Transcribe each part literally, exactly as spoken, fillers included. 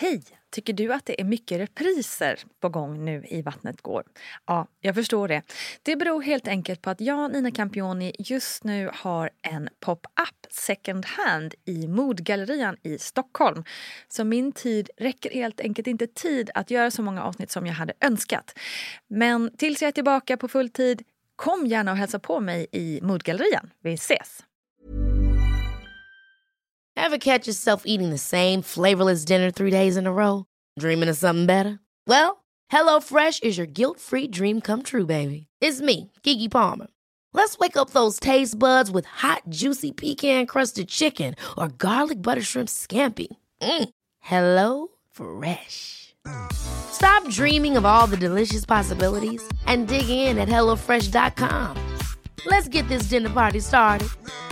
Hej! Tycker du att det är mycket repriser på gång nu i Vattnet går? Ja, jag förstår det. Det beror helt enkelt på att jag, Nina Campioni, just nu har en pop-up second hand i Modgallerian i Stockholm. Så min tid räcker helt enkelt inte tid att göra så många avsnitt som jag hade önskat. Men tills jag är tillbaka på full tid, kom gärna och hälsa på mig i Modgallerian. Vi ses! Ever catch yourself eating the same flavorless dinner three days in a row? Dreaming of something better? Well, HelloFresh is your guilt-free dream come true, baby. It's me, Keke Palmer. Let's wake up those taste buds with hot, juicy pecan-crusted chicken or garlic butter shrimp scampi. Mm. Hello Fresh. Stop dreaming of all the delicious possibilities and dig in at hello fresh dot com. Let's get this dinner party started.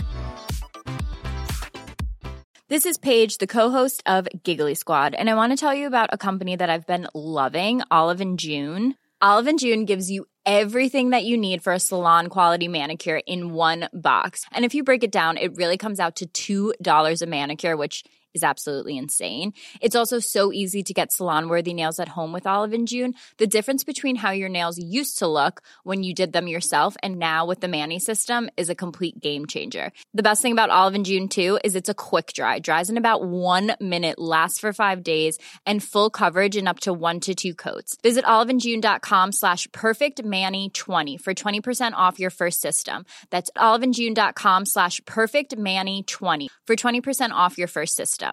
This is Paige, the co-host of Giggly Squad, and I want to tell you about a company that I've been loving, Olive and June. Olive and June gives you everything that you need for a salon-quality manicure in one box. And if you break it down, it really comes out to two dollars a manicure, which is absolutely insane. It's also so easy to get salon-worthy nails at home with Olive and June. The difference between how your nails used to look when you did them yourself and now with the Mani system is a complete game changer. The best thing about Olive and June, too, is it's a quick dry. Dries in about one minute, lasts for five days, and full coverage in up to one to two coats. Visit oliveandjune.com slash perfectmani20 for twenty percent off your first system. That's oliveandjune.com slash perfectmani20 for twenty percent off your first system.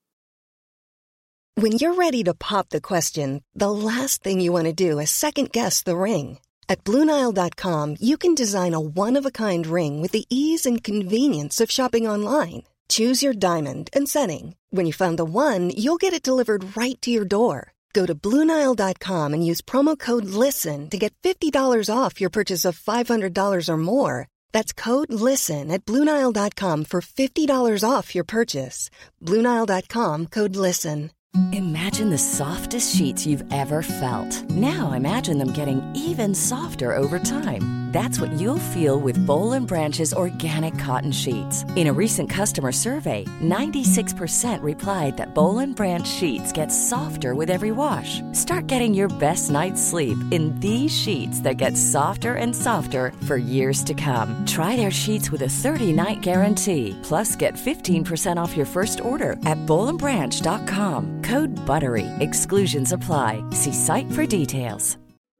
When you're ready to pop the question, the last thing you want to do is second-guess the ring. At Blue Nile dot com, you can design a one-of-a-kind ring with the ease and convenience of shopping online. Choose your diamond and setting. When you find the one, you'll get it delivered right to your door. Go to Blue Nile dot com and use promo code LISTEN to get fifty dollars off your purchase of five hundred dollars or more. That's code LISTEN at Blue Nile dot com for fifty dollars off your purchase. Blue Nile dot com, code LISTEN. Imagine the softest sheets you've ever felt. Now imagine them getting even softer over time. That's what you'll feel with Boll and Branch's organic cotton sheets. In a recent customer survey, ninety-six percent replied that Boll and Branch sheets get softer with every wash. Start getting your best night's sleep in these sheets that get softer and softer for years to come. Try their sheets with a thirty-night guarantee. Plus, get fifteen percent off your first order at boll and branch dot com. Code BUTTERY. Exclusions apply. See site for details.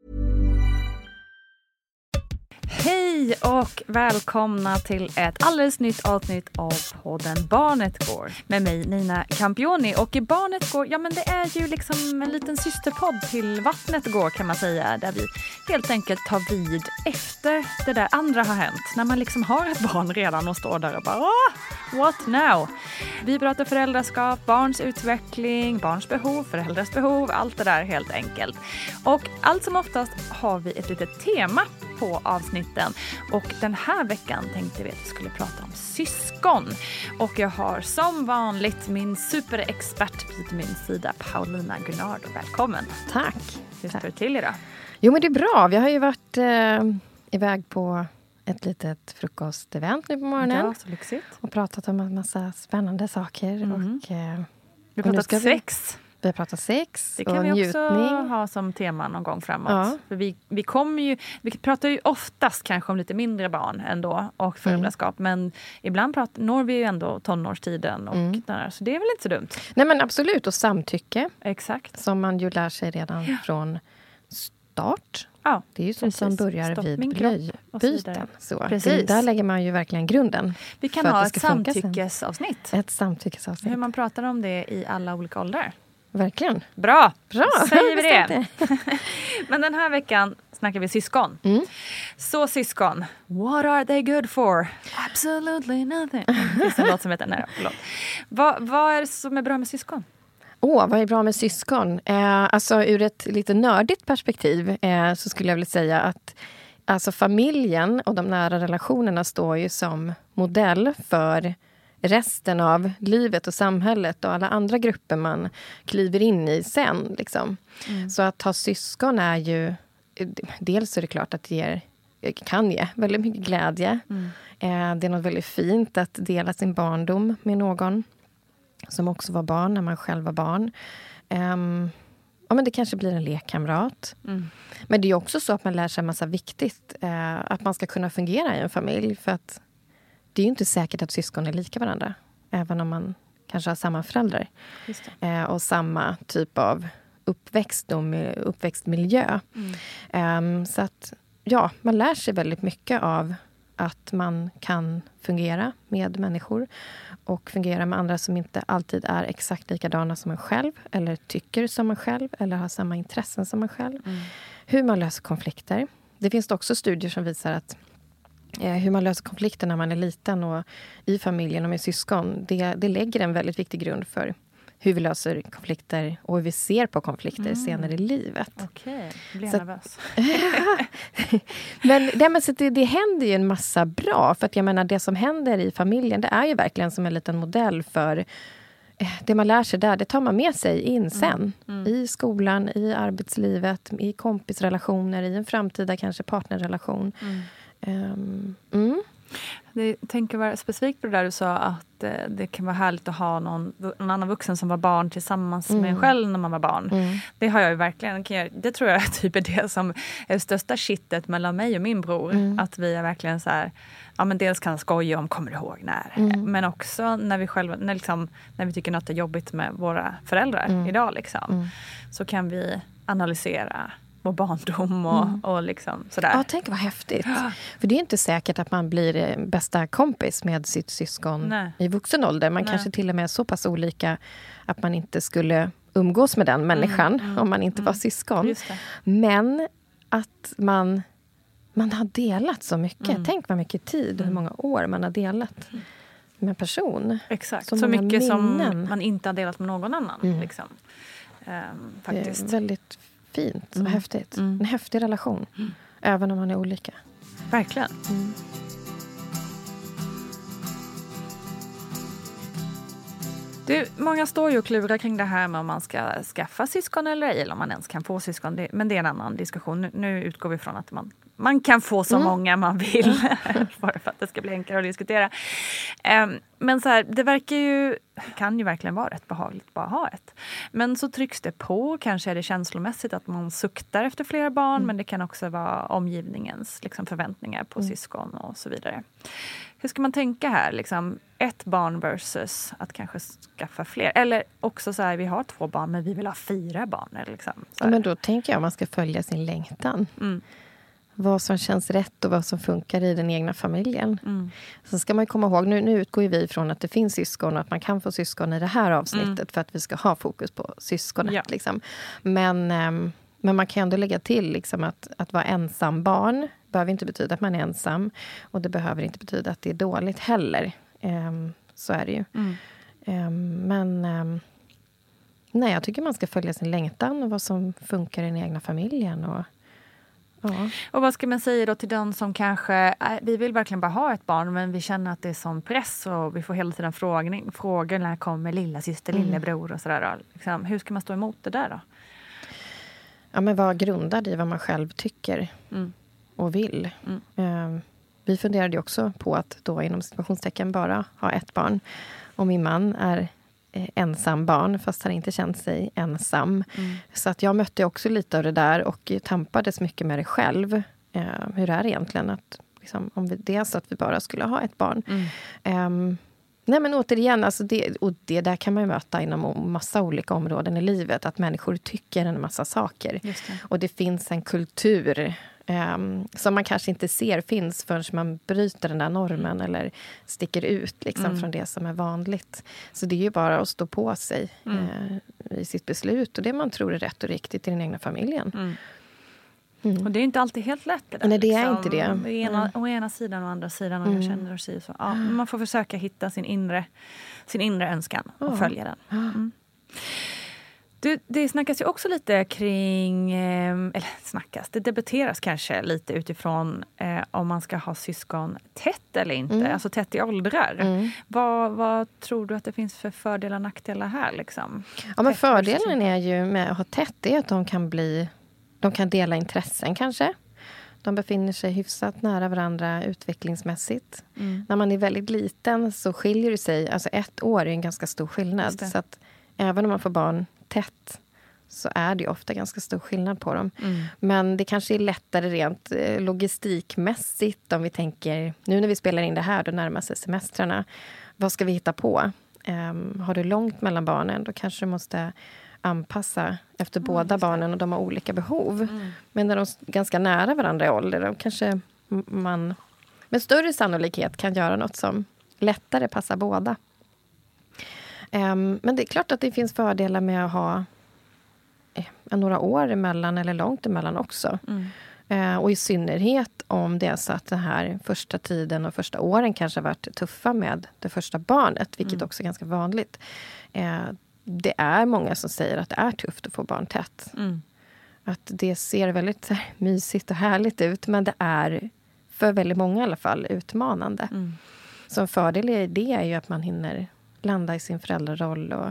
Hej och välkomna till ett alldeles nytt avsnitt av podden Barnet går med mig Nina Campioni. Och i Barnet går, ja men det är ju liksom en liten systerpodd till Vattnet går kan man säga, där vi helt enkelt tar vid efter det där andra har hänt, när man liksom har ett barn redan och står där och bara oh, what now? Vi pratar föräldraskap, barns utveckling, barns behov, föräldrars behov, allt det där helt enkelt. Och allt som oftast har vi ett litet tema på avsnitten. Och den här veckan tänkte vi att vi skulle prata om syskon. Och jag har som vanligt min superexpert vid min sida, Paulina Gunnardo. Välkommen. Tack. Hur står det till idag? Jo men det är bra. Vi har ju varit eh, iväg på ett litet frukostevent nu på morgonen. Ja, så lyxigt. Och pratat om en massa spännande saker. Mm. Och, eh, vi har pratat sex. Vi, vi har pratat sex det kan och vi njutning. också ha som tema någon gång framåt. Ja. För vi, vi kommer ju, vi pratar ju oftast kanske om lite mindre barn ändå och föräldraskap. Mm. Men ibland pratar, når vi ju ändå tonårstiden och mm. där, så det är väl inte så dumt. Nej men absolut, och samtycke. Exakt. Som man ju lär sig redan ja. från start. Ja, det är ju sånt som börjar Stopp vid blöjbyten. Så Precis. Där lägger man ju verkligen grunden. Vi kan ha ett samtyckesavsnitt. Ett samtyckesavsnitt. Hur man pratar om det i alla olika åldrar. Verkligen. Bra, Bra. säger vi det. Men den här veckan snackar vi syskon. Mm. Så syskon, what are they good for? Absolutely nothing. Det finns en låt som heter, nej förlåt. Vad, vad är det som är bra med syskon? Åh, oh, vad är bra med syskon? Eh, alltså ur ett lite nördigt perspektiv eh, så skulle jag vilja säga att alltså, familjen och de nära relationerna står ju som modell för resten av livet och samhället och alla andra grupper man kliver in i sen. Liksom. Mm. Så att ha syskon är ju, dels är det klart att det ger, kan ge väldigt mycket glädje. Mm. Eh, det är något väldigt fint att dela sin barndom med någon som också var barn när man själv var barn. Um, ja, men det kanske blir en lekkamrat. Mm. Men det är också så att man lär sig en massa viktigt. Uh, att man ska kunna fungera i en familj. För att det är ju inte säkert att syskon är lika varandra. Även om man kanske har samma föräldrar. Just det. Uh, och samma typ av uppväxt och uppväxtmiljö. Mm. Um, så att ja, man lär sig väldigt mycket av att man kan fungera med människor och fungera med andra som inte alltid är exakt likadana som en själv eller tycker som en själv eller har samma intressen som en själv. Mm. Hur man löser konflikter. Det finns också studier som visar att eh, hur man löser konflikter när man är liten och i familjen och med syskon, det, det lägger en väldigt viktig grund för hur vi löser konflikter och hur vi ser på konflikter mm. senare i livet. Okej, jag blir nervös. men det, men så det, det händer ju en massa bra. För att jag menar, det som händer i familjen, det är ju verkligen som en liten modell för det man lär sig där. Det tar man med sig in sen. Mm. Mm. I skolan, i arbetslivet, i kompisrelationer, i en framtida kanske partnerrelation. Mm. Um, mm. Jag tänker vara specifikt på det där du sa att eh, det kan vara härligt att ha någon, någon annan vuxen som var barn tillsammans mm. med en själv när man var barn. Mm. Det har jag ju verkligen. Det tror jag typ är det som är det största kittet mellan mig och min bror. Mm. Att vi är verkligen så här, ja men dels kan skoja om, kommer du ihåg när? Mm. Men också när vi själva, när, liksom, när vi tycker något är jobbigt med våra föräldrar mm. idag liksom. Mm. Så kan vi analysera och barndom och, mm. och liksom sådär. Ja, tänk vad häftigt. Ja. För det är inte säkert att man blir bästa kompis med sitt syskon Nej. i vuxen ålder. Man Nej. kanske till och med är så pass olika att man inte skulle umgås med den människan mm. Mm. om man inte mm. var syskon. Men att man, man har delat så mycket. Mm. Tänk vad mycket tid och hur många år man har delat mm. med en person. Exakt, så, så mycket minnen. Som man inte har delat med någon annan. Mm. Liksom. Um, faktiskt. Det är väldigt fint och mm. häftigt. Mm. En häftig relation. Mm. Även om man är olika. Verkligen. Mm. Du, många står ju och klurar kring det här med om man ska skaffa syskon eller ej. Eller om man ens kan få syskon. Det, men det är en annan diskussion. Nu, nu utgår vi från att man, man kan få så mm. många man vill. Bara för att det ska bli enklare att diskutera. Um, men så här, det verkar ju, kan ju verkligen vara rätt behagligt bara ha ett. Men så trycks det på, kanske är det känslomässigt att man suktar efter fler barn. Mm. Men det kan också vara omgivningens liksom, förväntningar på mm. syskon och så vidare. Hur ska man tänka här? Liksom, ett barn versus att kanske skaffa fler. Eller också så här, vi har två barn men vi vill ha fyra barn. Liksom, ja, men då tänker jag att man ska följa sin längtan. Mm. Vad som känns rätt och vad som funkar i den egna familjen. Mm. Så ska man komma ihåg, nu, nu utgår ju vi från att det finns syskon och att man kan få syskon i det här avsnittet mm. för att vi ska ha fokus på syskonet. Ja. Liksom. Men, ähm, men man kan ändå lägga till liksom, att, att vara ensam barn behöver inte betyda att man är ensam. Och det behöver inte betyda att det är dåligt heller. Ähm, så är det ju. Mm. Ähm, men ähm, nej, jag tycker man ska följa sin längtan och vad som funkar i den egna familjen och ja. Och vad ska man säga då till den som kanske, äh, vi vill verkligen bara ha ett barn men vi känner att det är sån press och vi får hela tiden frågning, frågor när kommer lilla syster, mm. lillebror och sådär. Liksom, hur ska man stå emot det där då? Ja, men vara grundad i vad man själv tycker mm. och vill. Mm. Uh, vi funderade ju också på att då inom situationstecken bara ha ett barn. Och min man är ensam barn, fast han inte känt sig ensam. Mm. Så att jag mötte också lite av det där och tampades mycket med det själv. Eh, hur är det egentligen att liksom, om vi, det är så att vi bara skulle ha ett barn. Mm. Eh, nej men återigen, alltså det, och det där kan man ju möta inom massa olika områden i livet. Att människor tycker en massa saker. Just det. Och det finns en kultur Um, som man kanske inte ser finns förrän man bryter den där normen eller sticker ut liksom, mm. från det som är vanligt. Så det är ju bara att stå på sig mm. uh, i sitt beslut och det man tror är rätt och riktigt i den egna familjen. Mm. Mm. Och det är inte alltid helt lätt det där. Nej, det är liksom. inte det. Å ena, mm. å ena sidan och andra sidan och mm. jag känner och säger så. Ja, man får försöka hitta sin inre, sin inre önskan och mm. följa den. Mm. Du, det snackas ju också lite kring, eh, eller snackas, det debatteras kanske lite utifrån eh, om man ska ha syskon tätt eller inte, mm. alltså tätt i åldrar. Mm. Vad, vad tror du att det finns för fördelar och nackdelar här? Liksom? Ja, men fördelen är ju med att ha tätt är att de kan bli, de kan dela intressen kanske. De befinner sig hyfsat nära varandra utvecklingsmässigt. Mm. När man är väldigt liten så skiljer det sig, alltså ett år är en ganska stor skillnad. Så att även om man får barn tätt så är det ofta ganska stor skillnad på dem. Mm. Men det kanske är lättare rent logistikmässigt om vi tänker, nu när vi spelar in det här, då närmar sig semestrarna. Vad ska vi hitta på? Um, har du långt mellan barnen, då kanske du måste anpassa efter mm, båda barnen och de har olika behov. Mm. Men när de är ganska nära varandra i ålder, då kanske man med större sannolikhet kan göra något som lättare passar båda. Um, men det är klart att det finns fördelar med att ha eh, några år emellan eller långt emellan också. Mm. Uh, och i synnerhet om det är så att den här första tiden och första åren kanske har varit tuffa med det första barnet, vilket mm. också är ganska vanligt. Uh, det är många som säger att det är tufft att få barn tätt. Mm. Att det ser väldigt här, mysigt och härligt ut, men det är för väldigt många i alla fall utmanande. Mm. Så en fördel i det är ju att man hinner landa i sin föräldraroll. Och,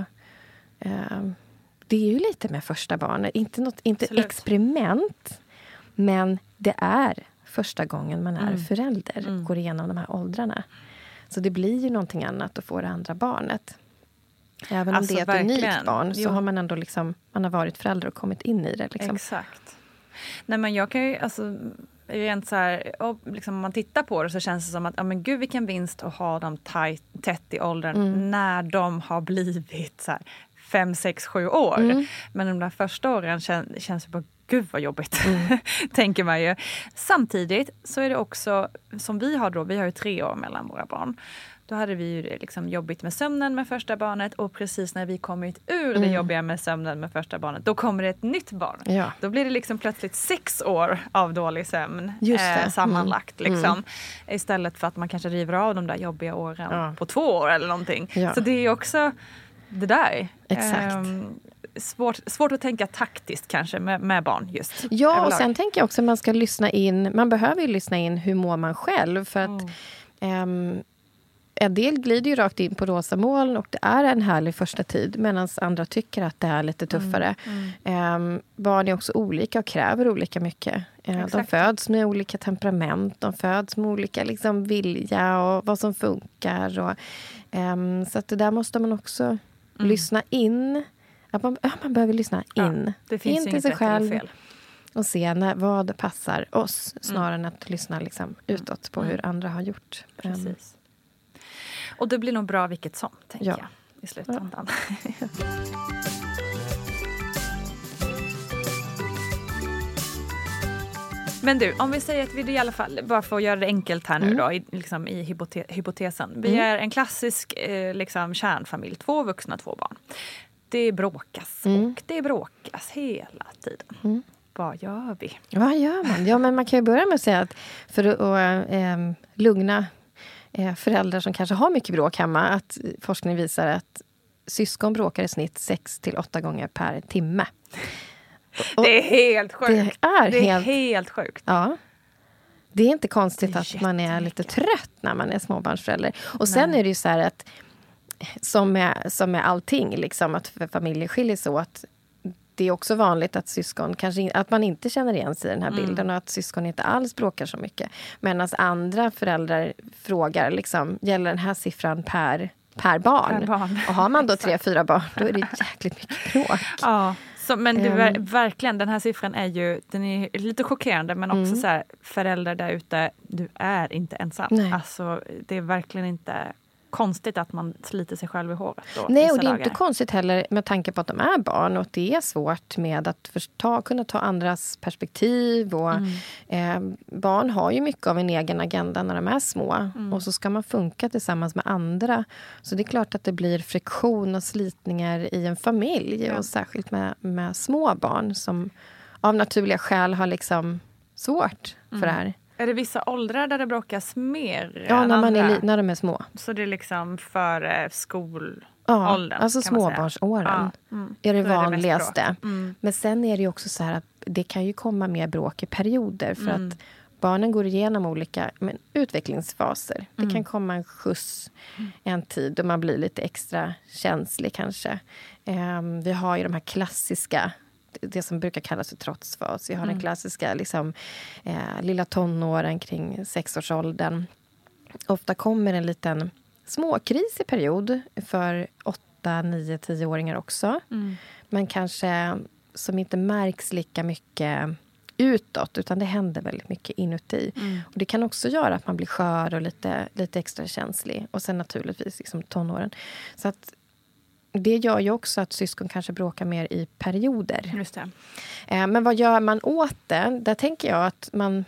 uh, det är ju lite med första barnet. Inte, något, inte experiment, men det är första gången man är mm. förälder. Mm. Går igenom de här åldrarna. Så det blir ju någonting annat att få det andra barnet. Även alltså, om det är ett verkligen. unikt barn så jo. har man ändå liksom, man har varit förälder och kommit in i det. Liksom. Exakt. Nej, men jag kan ju, alltså, rent så här, och liksom, om man tittar på det så känns det som att, ja men gud vilken vinst att ha dem tajt, tätt i åldern mm. när de har blivit så här fem, sex, sju år. Mm. Men de där första åren kän, känns det bara, gud vad jobbigt, mm. tänker man ju. Samtidigt så är det också, som vi har då, vi har ju tre år mellan våra barn. Då hade vi ju liksom jobbigt med sömnen med första barnet och precis när vi kommit ur mm. det jobbiga med sömnen med första barnet, då kommer det ett nytt barn. Ja. Då blir det liksom plötsligt sex år av dålig sömn eh, sammanlagt. Mm. Liksom. Mm. Istället för att man kanske river av de där jobbiga åren ja. på två år eller någonting. Ja. Så det är ju också det där. Exakt. Eh, Svårt, svårt att tänka taktiskt kanske med, med barn just. Ja, överlag. Och sen tänker jag också att man ska lyssna in. Man behöver ju lyssna in hur mår man själv. För att mm. um, en del glider ju rakt in på rosa moln och det är en härlig första tid. Medan andra tycker att det är lite tuffare. Mm. Mm. Um, barn är också olika och kräver olika mycket. Uh, de föds med olika temperament. De föds med olika liksom, vilja och vad som funkar. Och, um, så att det där måste man också mm. lyssna in. Att man, ja, man behöver lyssna in. Ja, det finns in till sig själv fel. Och se när, vad passar oss. Snarare mm. än att lyssna liksom, utåt på mm. hur andra har gjort. Precis. Um. Och det blir nog bra vilket som, tänker ja. jag, i slutändan. Ja. Men du, om vi säger att vi i alla fall, bara för att göra det enkelt här nu mm. då, i, liksom i hypote- hypotesen. Vi mm. är en klassisk eh, liksom, kärnfamilj, två vuxna, två barn. Det bråkas mm. och det bråkas hela tiden. Mm. Vad gör vi? Vad gör man? Ja, men man kan ju börja med att säga att för att äh, lugna äh, föräldrar som kanske har mycket bråk hemma, att forskning visar att syskon bråkar i snitt sex till åtta gånger per timme. Och det är helt sjukt. Det är, det är helt, helt sjukt. Ja. Det är inte konstigt är att man är lite trött när man är småbarnsförälder. Och sen Nej. är det ju så här att som med, som med allting, liksom, att familjer skiljer sig åt. Det är också vanligt att syskon kanske att man inte känner igen sig i den här mm. bilden och att syskon inte alls bråkar så mycket. Medan andra föräldrar frågar liksom, gäller den här siffran per, per, barn? per barn? Och har man då tre, fyra barn, då är det jäkligt mycket bråk. Ja, så, men det, um, verkligen, den här siffran är ju den är lite chockerande, men också mm. så här, föräldrar där ute, du är inte ensam. Nej. Alltså, det är verkligen inte konstigt att man sliter sig själv i håret. Då, Nej, och det är dagar. Inte konstigt heller med tanke på att de är barn och att det är svårt med att förstå, kunna ta andras perspektiv. Och, mm. eh, barn har ju mycket av en egen agenda när de är små. Mm. Och så ska man funka tillsammans med andra. Så det är klart att det blir friktion och slitningar i en familj. Ja. Och särskilt med, med små barn som av naturliga skäl har liksom svårt för mm. det här. Är det vissa åldrar där det bråkas mer? Ja, när, man är li- när de är små. Så det är liksom före skolåldern? Ja, alltså småbarnsåren ja. mm. är det så vanligaste. Är det mm. Men sen är det ju också så här att det kan ju komma mer bråk i perioder. För mm. att barnen går igenom olika men, utvecklingsfaser. Mm. Det kan komma en skjuts mm. en tid då man blir lite extra känslig kanske. Um, vi har ju de här klassiska... det som brukar kallas för trotsfas. Vi har mm. den klassiska liksom, eh, lilla tonåren kring sexårsåldern. Ofta kommer en liten småkris i period för åtta, nio, tioåringar också. Mm. men kanske som inte märks lika mycket utåt, utan det händer väldigt mycket inuti. Mm. Och det kan också göra att man blir skör och lite, lite extra känslig. Och sen naturligtvis liksom tonåren. Så att det gör ju också att syskon kanske bråkar mer i perioder. Just det. Eh, men vad gör man åt det? Där tänker jag att man...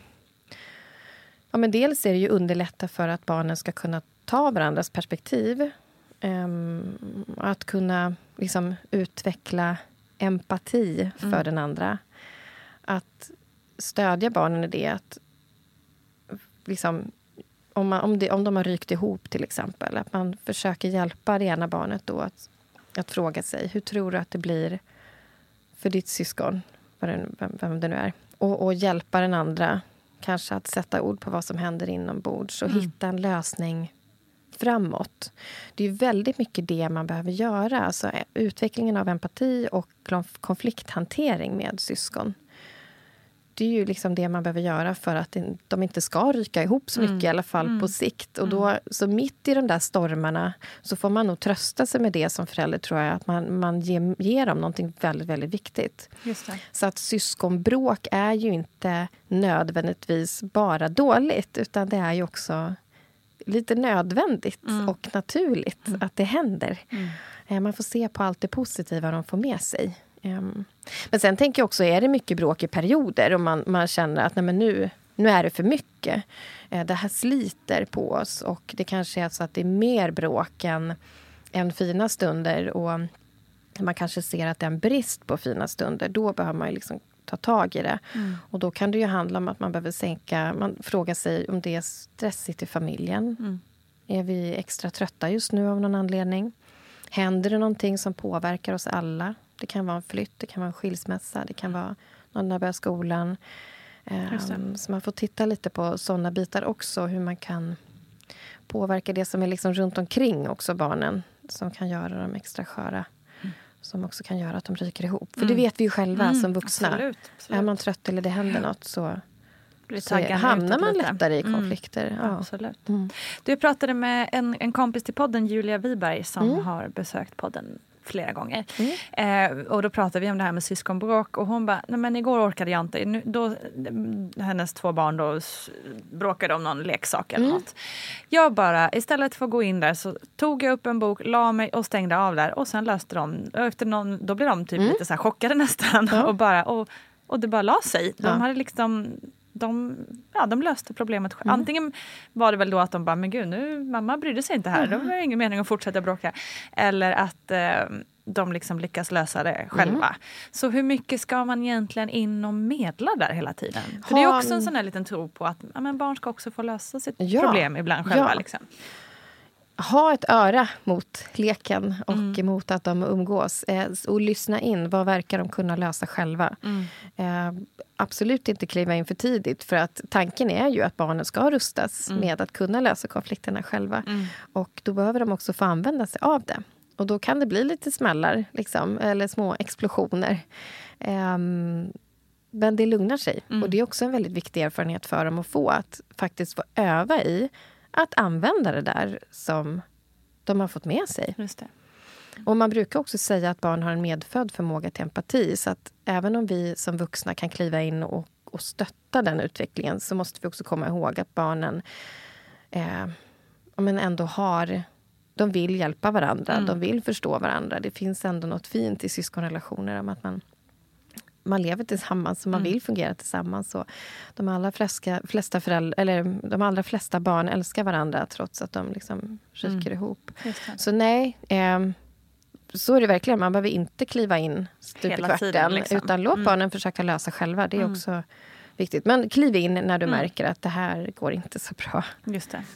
Ja, men dels är det ju underlätta för att barnen ska kunna ta varandras perspektiv. Eh, att kunna liksom utveckla empati för mm. den andra. Att stödja barnen i det. Att liksom, om, man, om, det, om de har rykt ihop till exempel. Att man försöker hjälpa det ena barnet då att, att fråga sig. Hur tror du att det blir för ditt syskon? Vem, vem det nu är. Och, och hjälpa den andra. Kanske att sätta ord på vad som händer inombords. Och mm. hitta en lösning framåt. Det är ju väldigt mycket det man behöver göra. Alltså utvecklingen av empati och konflikthantering med syskon. Det är ju liksom det man behöver göra för att de inte ska ryka ihop så mycket mm. i alla fall mm. på sikt. Och då, så mitt i de där stormarna så får man nog trösta sig med det som förälder, tror jag. Att man, man ger, ger dem någonting väldigt, väldigt viktigt. Just det. Så att syskonbråk är ju inte nödvändigtvis bara dåligt, utan det är ju också lite nödvändigt mm. och naturligt mm. att det händer. Mm. Man får se på allt det positiva de får med sig. Men sen tänker jag också, är det mycket bråk i perioder och man, man känner att nej, men nu, nu är det för mycket. Det här sliter på oss och det kanske är så att det är mer bråk än, än fina stunder och man kanske ser att det är en brist på fina stunder. Då behöver man ju liksom ta tag i det. Mm. Och då kan det ju handla om att man behöver sänka, man frågar sig om det är stressigt i familjen. Mm. Är vi extra trötta just nu av någon anledning? Händer det någonting som påverkar oss alla? Det kan vara en flytt, det kan vara en skilsmässa, det kan vara någon där börjar skolan. Um, så man får titta lite på sådana bitar också. Hur man kan påverka det som är liksom runt omkring också barnen. Som kan göra dem extra sköra. Mm. Som också kan göra att de ryker ihop. För mm. det vet vi ju själva mm, som vuxna. Absolut, absolut. Är man trött eller det händer något så... Så hamnar man lättare i konflikter. Mm, ja. Absolut. Mm. Du pratade med en, en kompis till podden, Julia Wiberg, som mm. har besökt podden flera gånger. Mm. Eh, och då pratade vi om det här med syskonbråk. Och hon bara, nej men igår orkade jag inte. Nu, då, hennes två barn då bråkade om någon leksak eller mm. något. Jag bara, istället för att gå in där så tog jag upp en bok, la mig och stängde av där. Och sen löste de, efter någon, då blev de typ mm. lite så här chockade nästan. Ja. och, bara, och, och det bara la sig. De ja. hade liksom... De, ja, de löste problemet själv. Mm. Antingen var det väl då att de bara, men gud, nu mamma brydde sig inte här. Mm. Då var det ingen mening att fortsätta bråka. Eller att eh, de liksom lyckas lösa det själva. Mm. Så hur mycket ska man egentligen in och medla där hela tiden? För det är också en sån här liten tro på att ja, men barn ska också få lösa sitt ja. problem ibland själva. Ja. Liksom. Ha ett öra mot leken och mm. mot att de umgås. Eh, och lyssna in, vad verkar de kunna lösa själva. Mm. Eh, absolut inte kliva in för tidigt. För att tanken är ju att barnen ska rustas mm. med att kunna lösa konflikterna själva. Mm. Och då behöver de också få använda sig av det. Och då kan det bli lite smällar, liksom, eller små explosioner. Eh, men det lugnar sig. Mm. Och det är också en väldigt viktig erfarenhet för dem att få. Att faktiskt få öva i att använda det där som de har fått med sig. Just det. Och man brukar också säga att barn har en medfödd förmåga till empati. Så att även om vi som vuxna kan kliva in och, och stötta den utvecklingen, så måste vi också komma ihåg att barnen eh, men ändå har... De vill hjälpa varandra, mm. de vill förstå varandra. Det finns ändå något fint i syskonrelationer om att man... man lever tillsammans och man mm. vill fungera tillsammans. Så de allra flesta, flesta föräldrar, eller de allra flesta barn älskar varandra trots att de liksom ryker mm. ihop. Så nej, eh, så är det verkligen. Man behöver inte kliva in stup i kvarten, liksom. Utan låt mm. barnen försöka lösa själva. Det är mm. också viktigt. Men kliv in när du mm. märker att det här går inte så bra. Just det.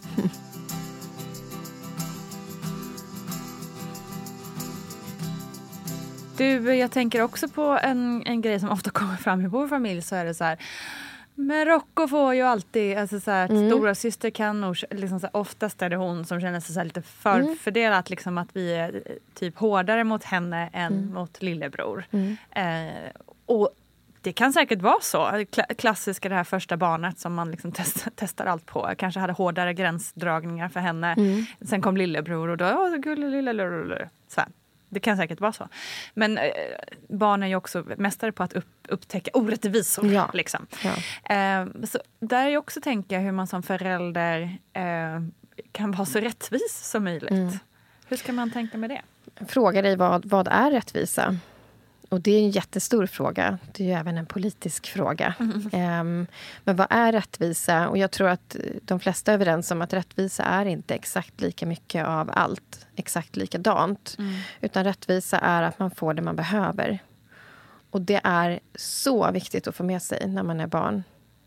Du, jag tänker också på en, en grej som ofta kommer fram i vår familj, så är det så här, men Rocco får ju alltid, alltså så här, mm. stora syster kan nog, liksom så här, oftast är det hon som känner sig så här lite förfördelat, mm. liksom att vi är typ hårdare mot henne än mm. mot lillebror. Mm. Eh, och det kan säkert vara så. Kla- klassiska det här första barnet som man liksom test- testar allt på. Kanske hade hårdare gränsdragningar för henne. Mm. Sen kom lillebror och då, åh, gulle, lille, lille, så här. det kan säkert vara så. Men eh, barn är ju också mästare på att upp, upptäcka orättvisor. Ja. Liksom. Ja. Eh, så där är jag också tänka hur man som förälder eh, kan vara så rättvis som möjligt. Mm. Hur ska man tänka med det? Fråga dig vad, vad är rättvisa? Och det är en jättestor fråga. Det är ju även en politisk fråga. Mm. Um, men vad är rättvisa? Och jag tror att de flesta är överens om att rättvisa är inte exakt lika mycket av allt. Exakt likadant. Mm. Utan rättvisa är att man får det man behöver. Och det är så viktigt att få med sig när man är barn.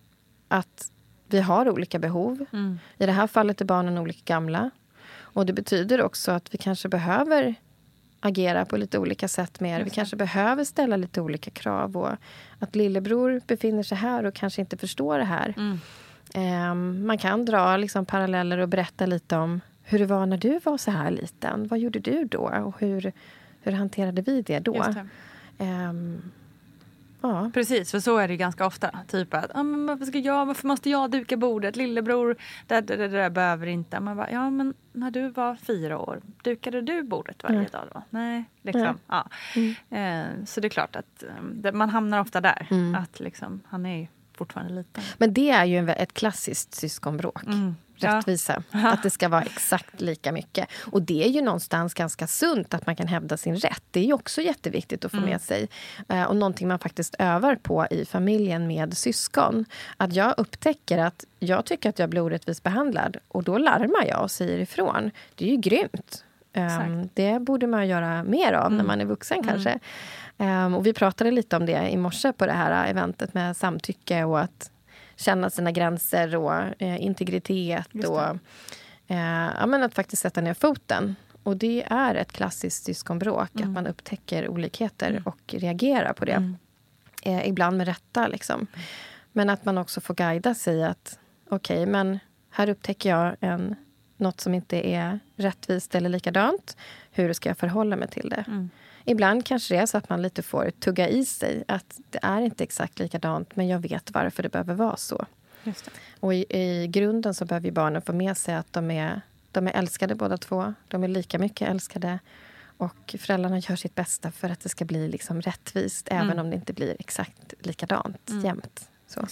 Att vi har olika behov. Mm. I det här fallet är barnen olika gamla. Och det betyder också att vi kanske behöver agera på lite olika sätt mer. Vi kanske behöver ställa lite olika krav. Och att lillebror befinner sig här och kanske inte förstår det här. Mm. Um, man kan dra liksom paralleller och berätta lite om hur det var när du var så här liten. Vad gjorde du då? Och hur, hur hanterade vi det då? Just det. Um, Ja. Precis, för så är det ganska ofta. Typ att, ah, men varför, ska jag, varför måste jag duka bordet? Lillebror, det, det, det, det behöver inte. Man bara, ja, men när du var fyra år, dukade du bordet varje mm. dag då? Nej, liksom. Mm. Ja. Mm. Eh, så det är klart att eh, man hamnar ofta där. Mm. Att liksom, han är ju fortfarande liten. Men det är ju ett klassiskt syskonbråk. Mm. Rättvisa. Ja. Att det ska vara exakt lika mycket. Och det är ju någonstans ganska sunt att man kan hävda sin rätt. Det är ju också jätteviktigt att få mm. med sig. Eh, och någonting man faktiskt övar på i familjen med syskon. Att jag upptäcker att jag tycker att jag blir orättvist behandlad. Och då larmar jag och säger ifrån. Det är ju grymt. Um, det borde man göra mer av mm. när man är vuxen mm. kanske. Um, och vi pratade lite om det i morse på det här eventet med samtycke och att känna sina gränser och eh, integritet och eh, ja, men att faktiskt sätta ner foten. Och det är ett klassiskt syskonbråk, mm. att man upptäcker olikheter mm. och reagerar på det. Mm. Eh, ibland med rätta liksom. Mm. Men att man också får guida sig att okej, okay, men här upptäcker jag en, något som inte är rättvist eller likadant. Hur ska jag förhålla mig till det? Mm. Ibland kanske det är så att man lite får tugga i sig att det är inte exakt likadant, men jag vet varför det behöver vara så. Just det. Och i, i grunden så behöver barnen få med sig att de är, de är älskade båda två. De är lika mycket älskade. Och föräldrarna gör sitt bästa för att det ska bli liksom rättvist, mm. även om det inte blir exakt likadant mm. jämt. Så.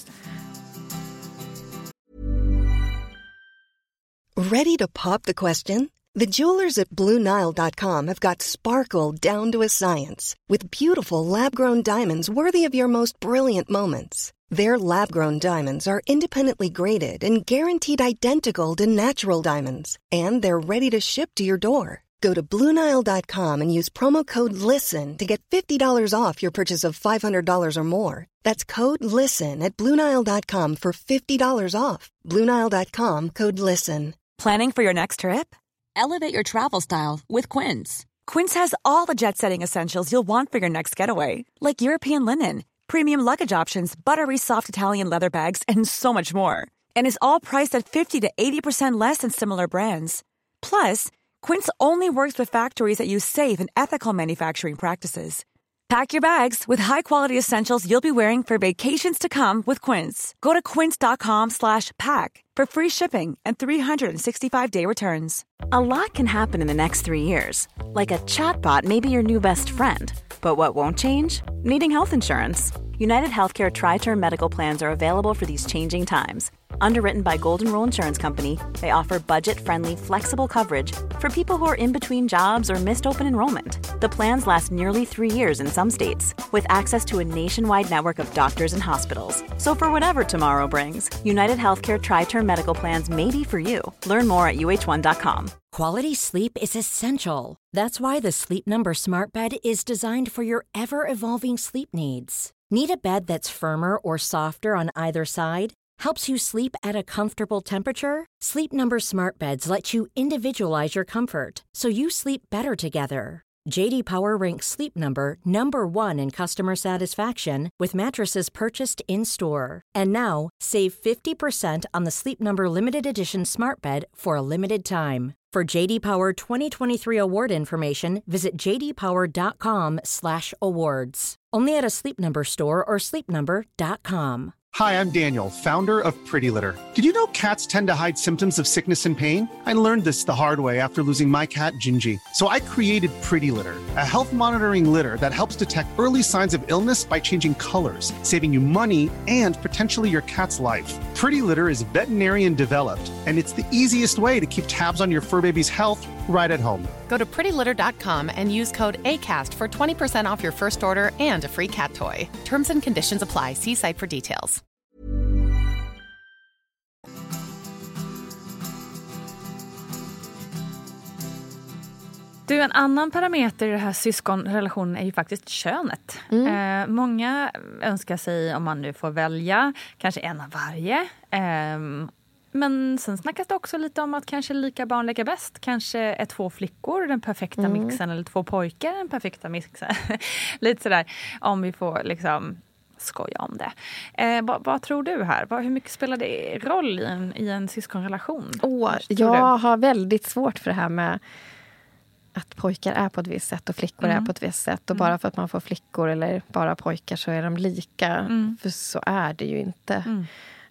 Ready to pop the question? The jewelers at Blue Nile dot com have got sparkle down to a science with beautiful lab-grown diamonds worthy of your most brilliant moments. Their lab-grown diamonds are independently graded and guaranteed identical to natural diamonds, and they're ready to ship to your door. Go to Blue Nile dot com and use promo code LISTEN to get fifty dollars off your purchase of five hundred dollars or more. That's code LISTEN at Blue Nile dot com for fifty dollars off. Blue Nile dot com, code LISTEN. Planning for your next trip? Elevate your travel style with Quince. Quince has all the jet-setting essentials you'll want for your next getaway, like European linen, premium luggage options, buttery soft Italian leather bags, and so much more. And is all priced at fifty to eighty percent less than similar brands. Plus, Quince only works with factories that use safe and ethical manufacturing practices. Pack your bags with high-quality essentials you'll be wearing for vacations to come with Quince. Go to quince dot com slash pack for free shipping and three hundred sixty-five day returns. A lot can happen in the next three years. Like a chatbot may be your new best friend. But what won't change? Needing health insurance. United Healthcare Tri-Term Medical Plans are available for these changing times. Underwritten by Golden Rule Insurance Company, they offer budget-friendly, flexible coverage for people who are in between jobs or missed open enrollment. The plans last nearly three years in some states, with access to a nationwide network of doctors and hospitals. So for whatever tomorrow brings, United Healthcare Tri-Term Medical Plans may be for you. Learn more at U H one dot com. Quality sleep is essential. That's why the Sleep Number Smart Bed is designed for your ever-evolving sleep needs. Need a bed that's firmer or softer on either side? Helps you sleep at a comfortable temperature? Sleep Number Smart Beds let you individualize your comfort, so you sleep better together. J D Power ranks Sleep Number number one in customer satisfaction with mattresses purchased in-store. And now, save fifty percent on the Sleep Number Limited Edition Smart Bed for a limited time. For J D Power twenty twenty-three award information, visit j d power dot com slash awards. Only at a Sleep Number store or sleep number dot com. Hi, I'm Daniel, founder of Pretty Litter. Did you know cats tend to hide symptoms of sickness and pain? I learned this the hard way after losing my cat, Gingy. So I created Pretty Litter, a health monitoring litter that helps detect early signs of illness by changing colors, saving you money and potentially your cat's life. Pretty Litter is veterinarian developed, and it's the easiest way to keep tabs on your fur baby's health right at home. Go to pretty litter dot com and use code ACAST for twenty percent off your first order and a free cat toy. Terms and conditions apply. See site for details. Du, en annan parameter i den här syskonrelationen är ju faktiskt könet. Mm. Eh, många önskar sig, om man nu får välja, kanske en av varje. Eh, men sen snackas det också lite om att kanske lika barn leka bäst. Kanske är två flickor den perfekta Mm. mixen, eller två pojkar den perfekta mixen. Lite sådär, om vi får liksom skoja om det. Eh, vad, vad tror du här? Vad, hur mycket spelar det roll i en, i en syskonrelation? Åh, Tror jag du? har väldigt svårt för det här med att pojkar är på ett visst sätt och flickor Mm. är på ett visst sätt. Och Mm. bara för att man får flickor eller bara pojkar så är de lika. Mm. För så är det ju inte. Mm.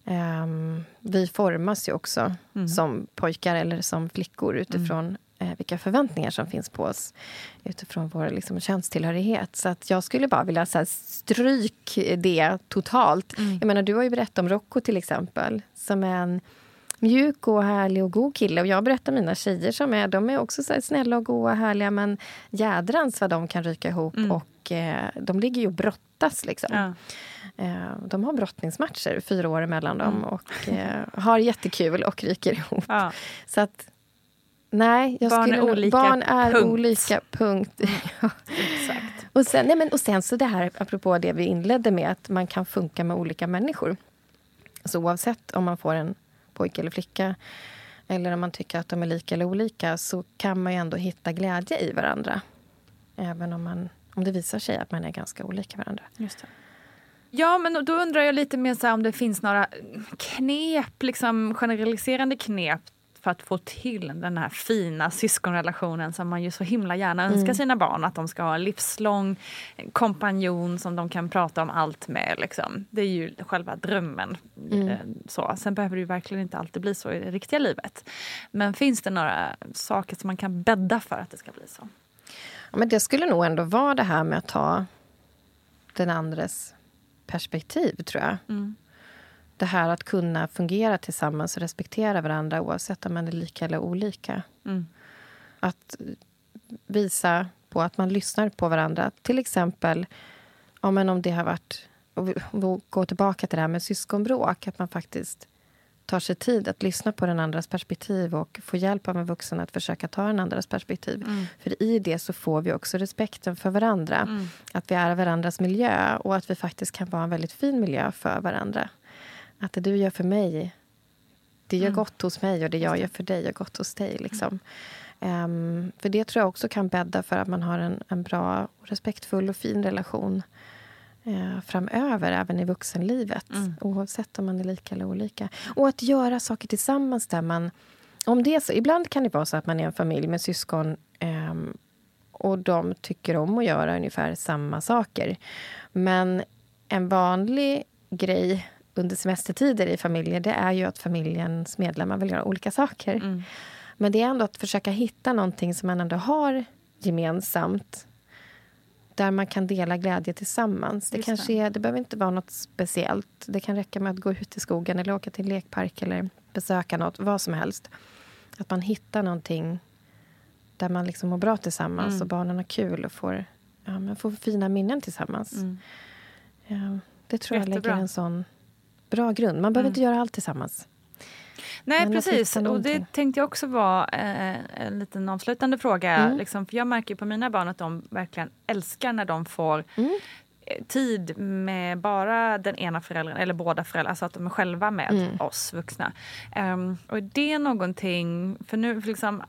Um, vi formas ju också Mm. som pojkar eller som flickor utifrån eh, vilka förväntningar som finns på oss. Utifrån vår liksom, könstillhörighet. Så att jag skulle bara vilja så här, stryk det totalt. Mm. Jag menar, du har ju berättat om Rocco till exempel. Som är en mjuk och härlig och god kille. Och jag berättar mina tjejer som är, de är också så här snälla och goda och härliga. Men jädrans vad de kan ryka ihop. Mm. Och eh, de ligger ju och brottas liksom. Ja. Eh, de har brottningsmatcher fyra år emellan dem. Mm. Och eh, har jättekul och ryker ihop. Ja. Så att, nej. Jag Barn är skulle, olika, barn är punkt. olika, punkt. Ja. Exakt. Och sen, nej men, och sen så det här, apropå det vi inledde med. Att man kan funka med olika människor. Så oavsett om man får en pojke eller flicka. Eller om man tycker att de är lika eller olika. Så kan man ju ändå hitta glädje i varandra. Även om, man, om det visar sig att man är ganska olika varandra. Just det. Ja, men då undrar jag lite mer så här om det finns några knep, liksom generaliserande knep för att få till den här fina syskonrelationen som man ju så himla gärna önskar Mm. sina barn. Att de ska ha en livslång kompanjon som de kan prata om allt med. Liksom. Det är ju själva drömmen. Mm. Eh, Så. Sen behöver det ju verkligen inte alltid bli så i det riktiga livet. Men finns det några saker som man kan bädda för att det ska bli så? Ja, men det skulle nog ändå vara det här med att ta den andres perspektiv, tror jag. Mm. Det här att kunna fungera tillsammans och respektera varandra oavsett om man är lika eller olika. Mm. Att visa på att man lyssnar på varandra. Till exempel ja, men om det har varit, och vi går tillbaka till det här med syskonbråk, att man faktiskt tar sig tid att lyssna på den andras perspektiv och få hjälp av en vuxen att försöka ta den andras perspektiv. Mm. För i det så får vi också respekten för varandra. Mm. Att vi är varandras miljö och att vi faktiskt kan vara en väldigt fin miljö för varandra. Att det du gör för mig, det gör Mm. gott hos mig och det jag gör för dig är gott hos dig. Liksom. Um, för det tror jag också kan bädda för att man har en, en bra, respektfull och fin relation uh, framöver, även i vuxenlivet. Mm. Oavsett om man är lika eller olika. Och att göra saker tillsammans där man, om det är så, ibland kan det vara så att man är en familj med syskon um, och de tycker om att göra ungefär samma saker. Men en vanlig grej under semestertider i familjer, det är ju att familjens medlemmar vill göra olika saker. Mm. Men det är ändå att försöka hitta någonting som man ändå har gemensamt. Där man kan dela glädje tillsammans. Det, Just kanske det. är, det behöver inte vara något speciellt. Det kan räcka med att gå ut i skogen eller åka till en lekpark eller besöka något, vad som helst. Att man hittar någonting där man liksom mår bra tillsammans Mm. och barnen har kul och får, ja, men får fina minnen tillsammans. Mm. Ja, det tror jag Jättebra. lägger en sån bra grund. Man behöver Mm. inte göra allt tillsammans. Nej, Men att precis. hitta Och det någonting. tänkte jag också vara eh, en liten avslutande fråga. Mm. Liksom, för jag märker ju på mina barn att de verkligen älskar när de får Mm. eh, tid med bara den ena föräldern, eller båda föräldrar, alltså att de är själva med Mm. oss vuxna. Um, och är det någonting, för nu liksom,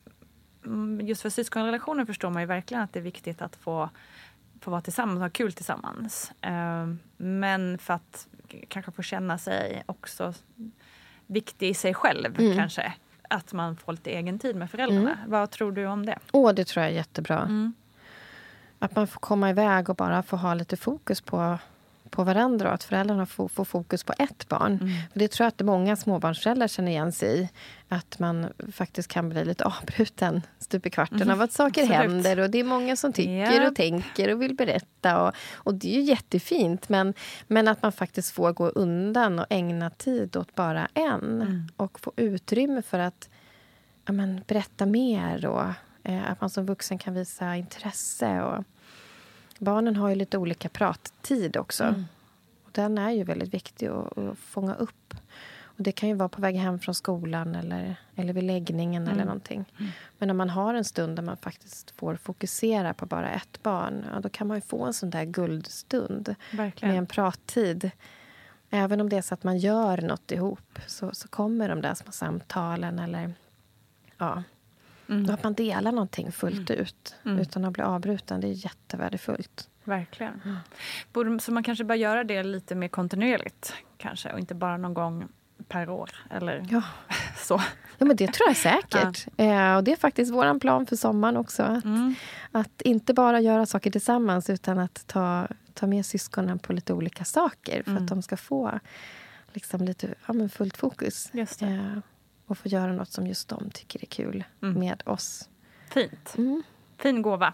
mm, just för syskonrelationer förstår man ju verkligen att det är viktigt att få, få vara tillsammans och ha kul tillsammans. Um, men för att k- kanske få känna sig också viktig i sig själv Mm. kanske. Att man får lite egen tid med föräldrarna. Mm. Vad tror du om det? Åh, det tror jag är jättebra. Mm. Att man får komma iväg och bara få ha lite fokus på, på varandra och att föräldrarna får, får fokus på ett barn. Mm. För det tror jag att många småbarnsföräldrar känner igen sig i. Att man faktiskt kan bli lite avbruten stup i kvarten mm. av att saker Absolut. händer. Och det är många som tycker yeah. och tänker och vill berätta. Och, och det är ju jättefint. Men, men att man faktiskt får gå undan och ägna tid åt bara en. Mm. Och få utrymme för att ja, men, berätta mer. Och eh, att man som vuxen kan visa intresse. Och barnen har ju lite olika prattid också. Mm. Och den är ju väldigt viktig att, att fånga upp. Och det kan ju vara på väg hem från skolan eller, eller vid läggningen mm. eller någonting. Mm. Men när man har en stund där man faktiskt får fokusera på bara ett barn. Ja, då kan man ju få en sån där guldstund. Verkligen. Med en prattid. Även om det är så att man gör något ihop. Så, så kommer de där små samtalen eller ja... Mm. Då att man delar någonting fullt mm. ut mm. utan att bli avbruten. Det är jättevärdefullt. Verkligen. Mm. Så man kanske bara göra det lite mer kontinuerligt kanske. Och inte bara någon gång per år. Eller ja. så. Ja, men det tror jag säkert. Ja. Eh, och det är faktiskt våran plan för sommaren också. Att, mm. att inte bara göra saker tillsammans utan att ta, ta med syskonen på lite olika saker. För mm. att de ska få liksom, lite ja, men fullt fokus. Just det. Eh, Och få göra något som just de tycker är kul mm. med oss. Fint. Mm. Fin gåva.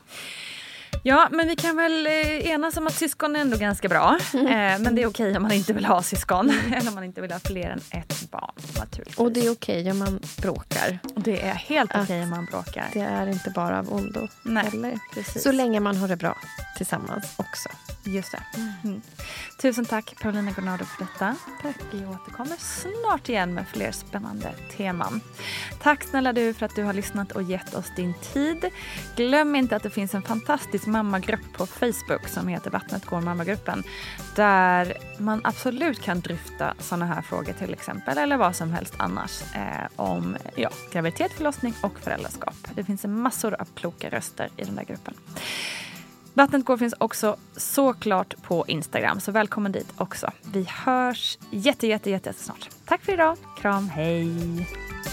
Ja, men vi kan väl enas om att syskon är ändå ganska bra. Mm. Eh, men det är okej om man inte vill ha syskon. Mm. Eller om man inte vill ha fler än ett barn. Naturligtvis. Och det är okej om man bråkar. Och det är helt okej om man bråkar. Det är inte bara av ondo. Nej, eller? Precis. Så länge man har det bra tillsammans också. Just det. Mm. Tusen tack Paulina Gornado för detta. Tack. Vi återkommer snart igen med fler spännande teman. Tack snälla du för att du har lyssnat och gett oss din tid. Glöm inte att det finns en fantastisk mammagrupp på Facebook som heter Vattnet går mammagruppen. Där man absolut kan dryfta sådana här frågor till exempel. Eller vad som helst annars. Eh, om ja, graviditet, förlossning och föräldraskap. Det finns en massor av kloka röster i den där gruppen. Vattnet går finns också såklart på Instagram. Så välkommen dit också. Vi hörs jätte, jätte, jätte, jätte snart. Tack för idag. Kram, hej!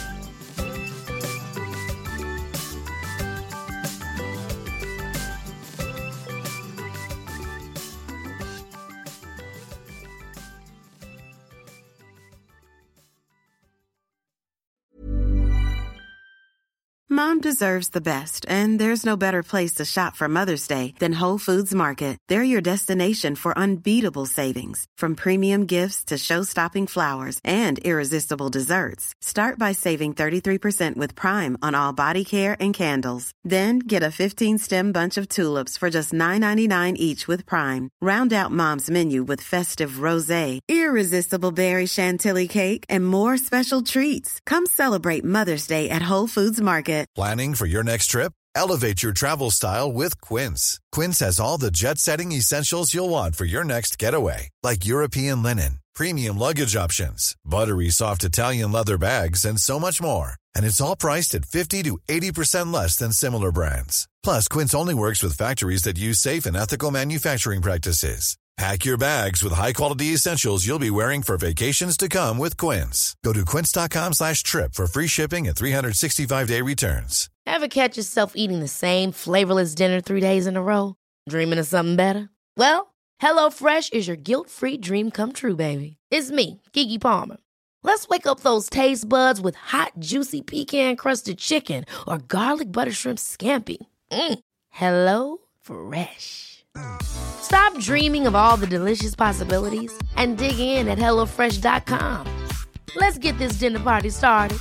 Mom deserves the best, and there's no better place to shop for Mother's Day than Whole Foods Market. They're your destination for unbeatable savings, from premium gifts to show-stopping flowers and irresistible desserts. Start by saving thirty-three percent with Prime on all body care and candles. Then get a fifteen-stem bunch of tulips for just nine ninety-nine each with Prime. Round out Mom's menu with festive rosé, irresistible berry chantilly cake, and more special treats. Come celebrate Mother's Day at Whole Foods Market. Planning for your next trip? Elevate your travel style with Quince. Quince has all the jet-setting essentials you'll want for your next getaway, like European linen, premium luggage options, buttery soft Italian leather bags, and so much more. And it's all priced at fifty to eighty percent less than similar brands. Plus, Quince only works with factories that use safe and ethical manufacturing practices. Pack your bags with high-quality essentials you'll be wearing for vacations to come with Quince. Go to quince.com slash trip for free shipping and three sixty-five day returns. Ever catch yourself eating the same flavorless dinner three days in a row? Dreaming of something better? Well, HelloFresh is your guilt-free dream come true, baby. It's me, Keke Palmer. Let's wake up those taste buds with hot, juicy pecan-crusted chicken or garlic butter shrimp scampi. Mm. Hello Fresh. Stop dreaming of all the delicious possibilities and dig in at hello fresh dot com. Let's get this dinner party started.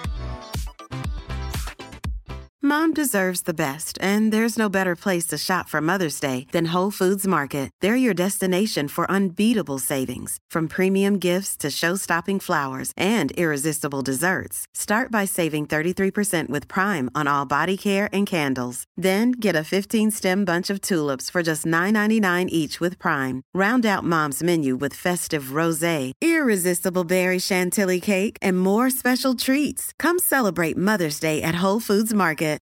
Mom deserves the best, and there's no better place to shop for Mother's Day than Whole Foods Market. They're your destination for unbeatable savings, from premium gifts to show-stopping flowers and irresistible desserts. Start by saving thirty-three percent with Prime on all body care and candles. Then get a fifteen-stem bunch of tulips for just nine ninety-nine each with Prime. Round out Mom's menu with festive rosé, irresistible berry chantilly cake, and more special treats. Come celebrate Mother's Day at Whole Foods Market.